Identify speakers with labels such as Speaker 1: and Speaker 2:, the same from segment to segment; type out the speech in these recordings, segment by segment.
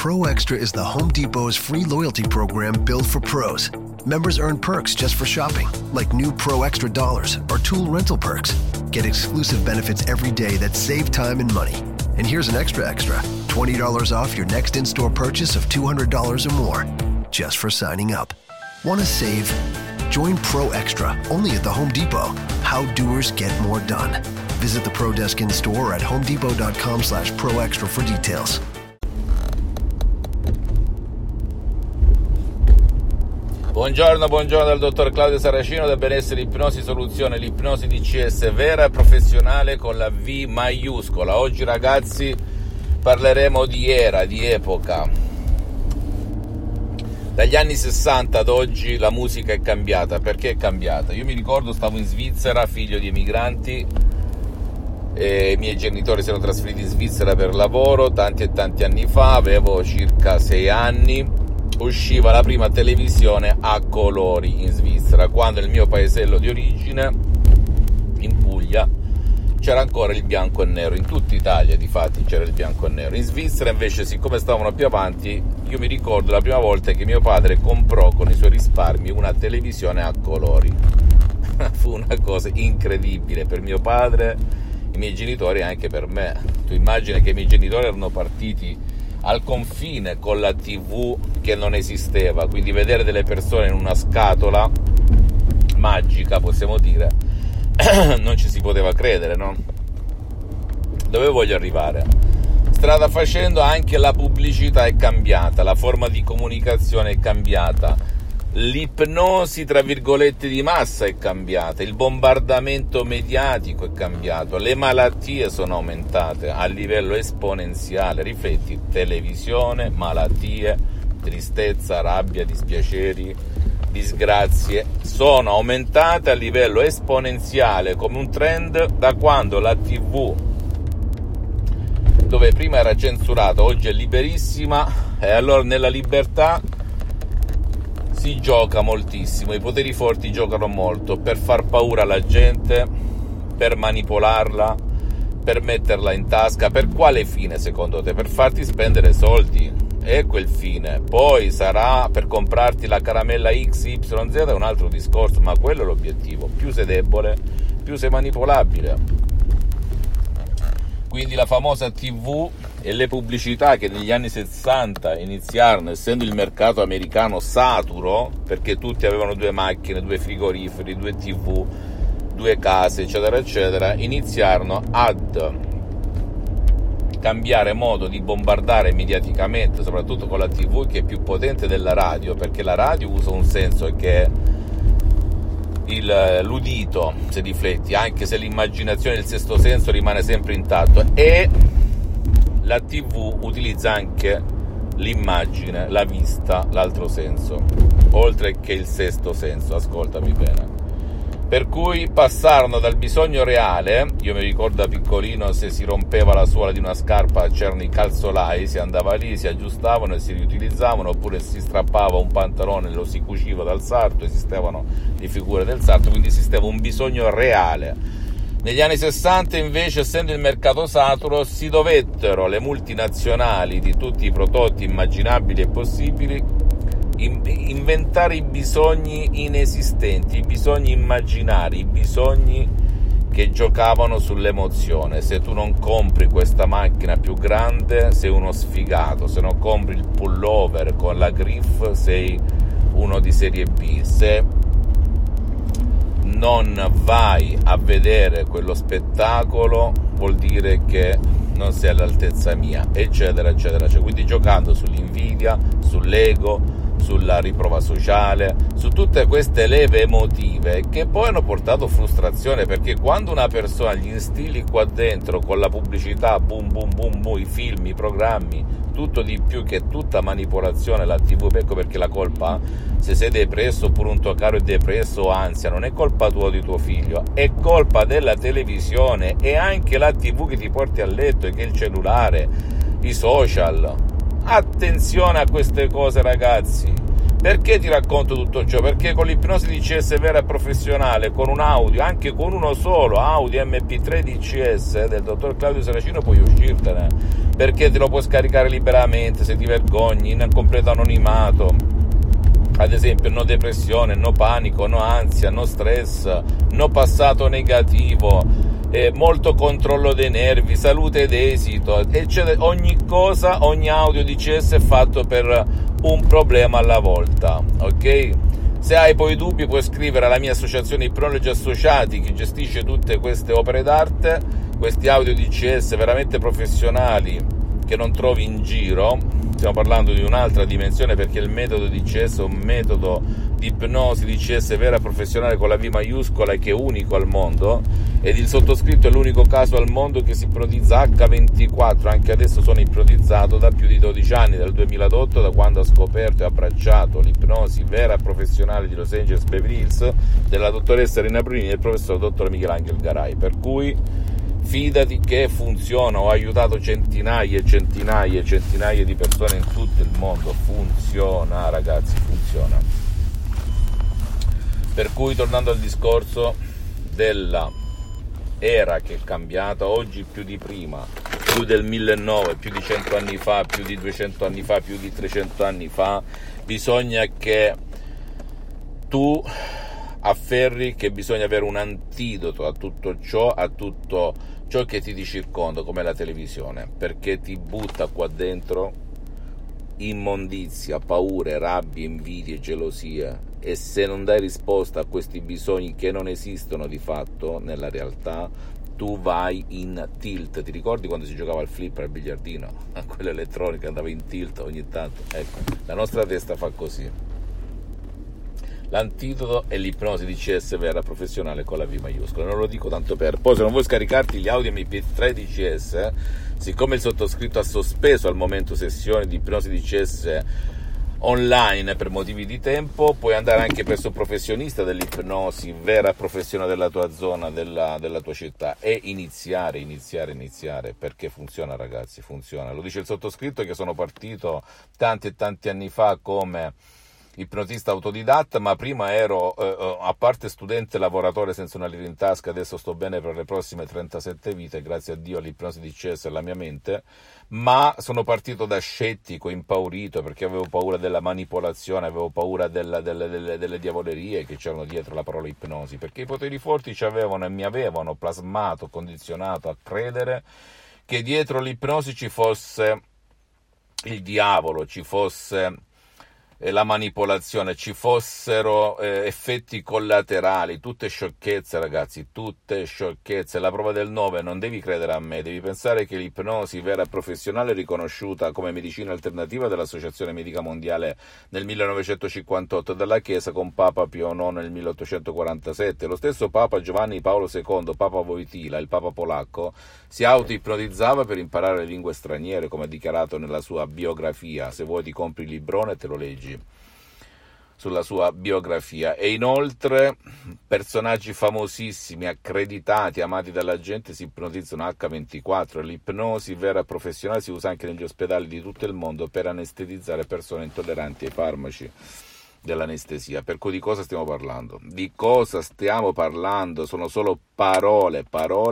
Speaker 1: Pro Extra is the Home Depot's free loyalty program built for pros. Members earn perks just for shopping, like new Pro Extra dollars or tool rental perks. Get exclusive benefits every day that save time and money. And here's an extra, $20 off your next in-store purchase of $200 or more, just for signing up. Want to save? Join Pro Extra, only at the Home Depot. How doers get more done. Visit the Pro Desk in-store or at homedepot.com/proextra for details.
Speaker 2: Buongiorno dal dottor Claudio Saracino del Benessere Ipnosi Soluzione, l'ipnosi DCS vera e professionale con la V maiuscola. Oggi ragazzi parleremo di era, di epoca. Dagli anni 60 ad oggi la musica è cambiata. Perché è cambiata? Io mi ricordo, stavo in Svizzera, figlio di emigranti, e i miei genitori si erano trasferiti in Svizzera per lavoro tanti e tanti anni fa, avevo circa 6 anni. Usciva la prima televisione a colori in Svizzera, quando nel mio paesello di origine, in Puglia, c'era ancora il bianco e nero. In tutta Italia difatti c'era il bianco e nero. In Svizzera invece, siccome stavano più avanti, io mi ricordo la prima volta che mio padre comprò con i suoi risparmi una televisione a colori. Fu una cosa incredibile per mio padre, i miei genitori e anche per me. Tu immagini che i miei genitori erano partiti al confine con la TV che non esisteva, quindi vedere delle persone in una scatola magica, possiamo dire, non ci si poteva credere, no? Dove voglio arrivare? Strada facendo anche la pubblicità è cambiata, la forma di comunicazione è cambiata, l'ipnosi tra virgolette di massa è cambiata, il bombardamento mediatico è cambiato, le malattie sono aumentate a livello esponenziale. Rifletti, televisione, malattie, tristezza, rabbia, dispiaceri, disgrazie sono aumentate a livello esponenziale come un trend da quando la TV, dove prima era censurata, oggi è liberissima, e allora nella libertà si gioca moltissimo, i poteri forti giocano molto per far paura alla gente, per manipolarla, per metterla in tasca. Per quale fine secondo te? Per farti spendere soldi, ecco il fine. Poi sarà per comprarti la caramella XYZ, è un altro discorso, ma quello è l'obiettivo. Più sei debole, più sei manipolabile. Quindi la famosa TV e le pubblicità che negli anni 60 iniziarono, essendo il mercato americano saturo, perché tutti avevano 2 macchine, 2 frigoriferi, 2 TV, 2 case, eccetera, eccetera, iniziarono ad cambiare modo di bombardare mediaticamente, soprattutto con la TV che è più potente della radio, perché la radio usa un senso che è l'udito, se rifletti, anche se l'immaginazione, il sesto senso rimane sempre intatto, e la TV utilizza anche l'immagine, la vista, l'altro senso, oltre che il sesto senso, ascoltami bene. Per cui passarono dal bisogno reale, io mi ricordo da piccolino, se si rompeva la suola di una scarpa c'erano i calzolai, si andava lì, si aggiustavano e si riutilizzavano, oppure si strappava un pantalone e lo si cuciva dal sarto, esistevano le figure del sarto, quindi esisteva un bisogno reale. Negli anni 60 invece, essendo il mercato saturo, si dovettero le multinazionali di tutti i prodotti immaginabili e possibili inventare i bisogni inesistenti, i bisogni immaginari, i bisogni che giocavano sull'emozione. Se tu non compri questa macchina più grande sei uno sfigato, se non compri il pullover con la griff sei uno di serie B, se non vai a vedere quello spettacolo vuol dire che non sei all'altezza mia, eccetera, eccetera. Quindi giocando sull'invidia, sull'ego, sulla riprova sociale, su tutte queste leve emotive che poi hanno portato frustrazione, perché quando una persona gli instilli qua dentro con la pubblicità, boom boom boom boom, i film, i programmi, tutto di più, che è tutta manipolazione la TV, ecco perché la colpa, se sei depresso oppure un tuo caro è depresso o ansia, non è colpa tua o di tuo figlio, è colpa della televisione e anche la TV che ti porti a letto, e che è il cellulare, i social. Attenzione a queste cose ragazzi, Perché ti racconto tutto ciò? Perché con l'ipnosi DCS vera e professionale, con un audio, anche con uno solo audio MP3 DCS del dottor Claudio Saracino, puoi uscirtene, perché te lo puoi scaricare liberamente se ti vergogni, in completo anonimato. Ad esempio, no depressione, no panico, no ansia, no stress, no passato negativo, molto controllo dei nervi, salute ed esito, eccetera. Ogni cosa, ogni audio DCS è fatto per un problema alla volta, ok? Se hai poi dubbi puoi scrivere alla mia associazione Ipnologi Associati, che gestisce tutte queste opere d'arte, questi audio DCS veramente professionali che non trovi in giro. Stiamo parlando di un'altra dimensione, perché il metodo DCS è un metodo di ipnosi DCS vera professionale con la V maiuscola, che è unico al mondo, ed il sottoscritto è l'unico caso al mondo che si ipnotizza H24. Anche adesso sono ipnotizzato da più di 12 anni, dal 2008, da quando ho scoperto e abbracciato l'ipnosi vera professionale di Los Angeles Beverly Hills della dottoressa Rina Bruni e del professor dottor Michelangelo Garai. Per cui fidati che funziona. Ho aiutato centinaia e centinaia e centinaia di persone in tutto il mondo. Funziona, ragazzi, funziona. Per cui, tornando al discorso della era che è cambiata, oggi più di prima, più del 1900, più di 100 anni fa, più di 200 anni fa, più di 300 anni fa, bisogna che tu afferri che bisogna avere un antidoto a tutto ciò, a tutto ciò che ti circonda, come la televisione, perché ti butta qua dentro immondizia, paure, rabbie, invidie, gelosie, e se non dai risposta a questi bisogni che non esistono di fatto nella realtà, tu vai in tilt. Ti ricordi quando si giocava al flipper, al biliardino, a quella elettronica, andava in tilt ogni tanto? Ecco, la nostra testa fa così. L'antidoto è l'ipnosi DCS vera professionale con la V maiuscola. Non lo dico tanto per. Poi, se non vuoi scaricarti gli audio MP3 DCS, siccome il sottoscritto ha sospeso al momento sessioni di ipnosi DCS online per motivi di tempo, puoi andare anche presso un professionista dell'ipnosi vera professionale della tua zona, della tua città, e iniziare, perché funziona, ragazzi, funziona. Lo dice il sottoscritto, che sono partito tanti e tanti anni fa come ipnotista autodidatta, ma prima ero, a parte studente lavoratore senza una lira in tasca, adesso sto bene per le prossime 37 vite, grazie a Dio, all'ipnosi DCS e alla mia mente, ma sono partito da scettico, impaurito, perché avevo paura della manipolazione, avevo paura delle diavolerie che c'erano dietro la parola ipnosi, perché i poteri forti ci avevano e mi avevano plasmato, condizionato a credere che dietro l'ipnosi ci fosse il diavolo, ci fosse la manipolazione, ci fossero effetti collaterali, tutte sciocchezze, ragazzi, tutte sciocchezze. La prova del 9, non devi credere a me, devi pensare che l'ipnosi vera e professionale è riconosciuta come medicina alternativa dall'Associazione Medica Mondiale nel 1958 e dalla Chiesa con Papa Pio IX nel 1847. Lo stesso Papa Giovanni Paolo II, Papa Wojtyla, il Papa polacco, si auto-ipnotizzava per imparare le lingue straniere, come ha dichiarato nella sua biografia. Se vuoi ti compri il librone e te lo leggi sulla sua biografia. E inoltre personaggi famosissimi, accreditati, amati dalla gente si ipnotizzano H24. L'ipnosi vera e professionale si usa anche negli ospedali di tutto il mondo per anestetizzare persone intolleranti ai farmaci dell'anestesia. Per cui di cosa stiamo parlando? Di cosa stiamo parlando? Sono solo parole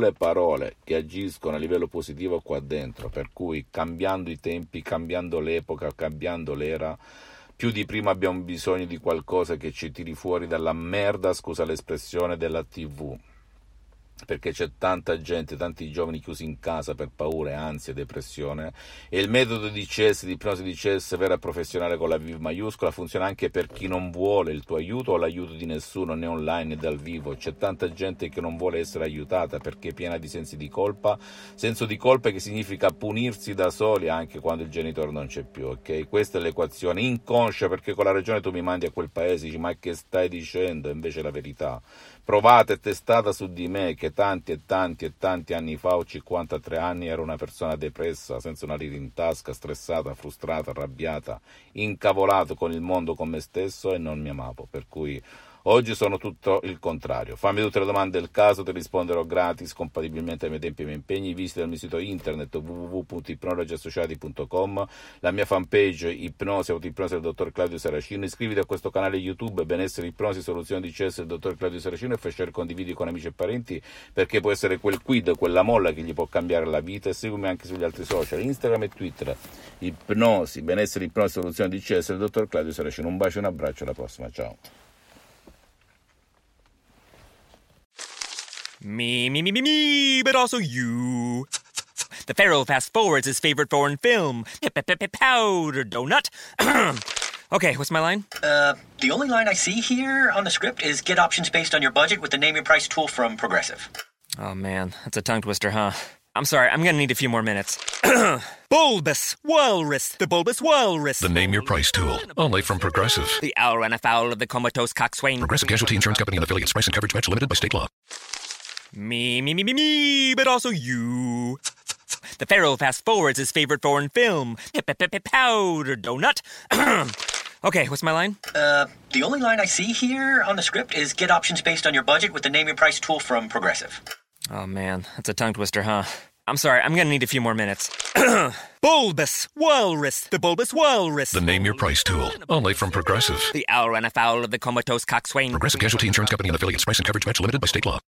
Speaker 2: che agiscono a livello positivo qua dentro, per cui cambiando i tempi, cambiando l'epoca, cambiando l'era, più di prima abbiamo bisogno di qualcosa che ci tiri fuori dalla merda, scusa l'espressione, della TV, perché c'è tanta gente, tanti giovani chiusi in casa per paura, ansia, depressione, e il metodo DCS, di ipnosi DCS vera e professionale con la V maiuscola, funziona anche per chi non vuole il tuo aiuto o l'aiuto di nessuno, né online né dal vivo. C'è tanta gente che non vuole essere aiutata perché è piena di senso di colpa che significa punirsi da soli anche quando il genitore non c'è più, ok? Questa è l'equazione inconscia, perché con la ragione tu mi mandi a quel paese, dici ma che stai dicendo? Invece è la verità, provata e testata su di me, che tanti anni fa, ho 53 anni, ero una persona depressa, senza una lira in tasca, stressata, frustrata, arrabbiata, incavolato con il mondo, con me stesso, e non mi amavo. Per cui Oggi sono tutto il contrario. Fammi tutte le domande del caso, ti risponderò gratis, compatibilmente ai miei tempi e ai miei impegni. Visita il mio sito internet www.ipnologiassociati.com, la mia fanpage Ipnosi Autoipnosi del dottor Claudio Saracino. Iscriviti a questo canale YouTube Benessere Ipnosi Soluzioni di CS del dottor Claudio Saracino e fai share, condividi con amici e parenti, perché può essere quel quid, quella molla che gli può cambiare la vita. E seguimi anche sugli altri social, Instagram e Twitter, Ipnosi Benessere Ipnosi Soluzioni di CS del dottor Claudio Saracino. Un bacio e un abbraccio, alla prossima, ciao.
Speaker 3: Me, but also you. The Pharaoh fast forwards his favorite foreign film, Powder Donut. Okay, what's my line?
Speaker 4: The only line I see here on the script is get options based on your budget with the Name Your Price tool from Progressive.
Speaker 3: Oh man, that's a tongue twister, huh? I'm sorry, I'm gonna need a few more minutes. Bulbous Walrus, the Bulbous Walrus.
Speaker 5: The Name Your Price tool, only from Progressive.
Speaker 3: The owl ran afoul of the comatose coxswain.
Speaker 5: Progressive Casualty Insurance Company and affiliates. Price and coverage match limited by state law.
Speaker 3: Me, but also you. The Pharaoh fast forwards his favorite foreign film, Powder Donut. Okay, what's my line?
Speaker 4: The only line I see here on the script is get options based on your budget with the Name Your Price tool from Progressive.
Speaker 3: Oh man, that's a tongue twister, huh? I'm sorry, I'm gonna need a few more minutes. Bulbous Walrus, the Bulbous Walrus.
Speaker 5: The Name Your Price tool, only from Progressive.
Speaker 3: The owl ran afoul of the comatose coxswain.
Speaker 5: Progressive Casualty Insurance Company and affiliates. Price and coverage match limited by state law.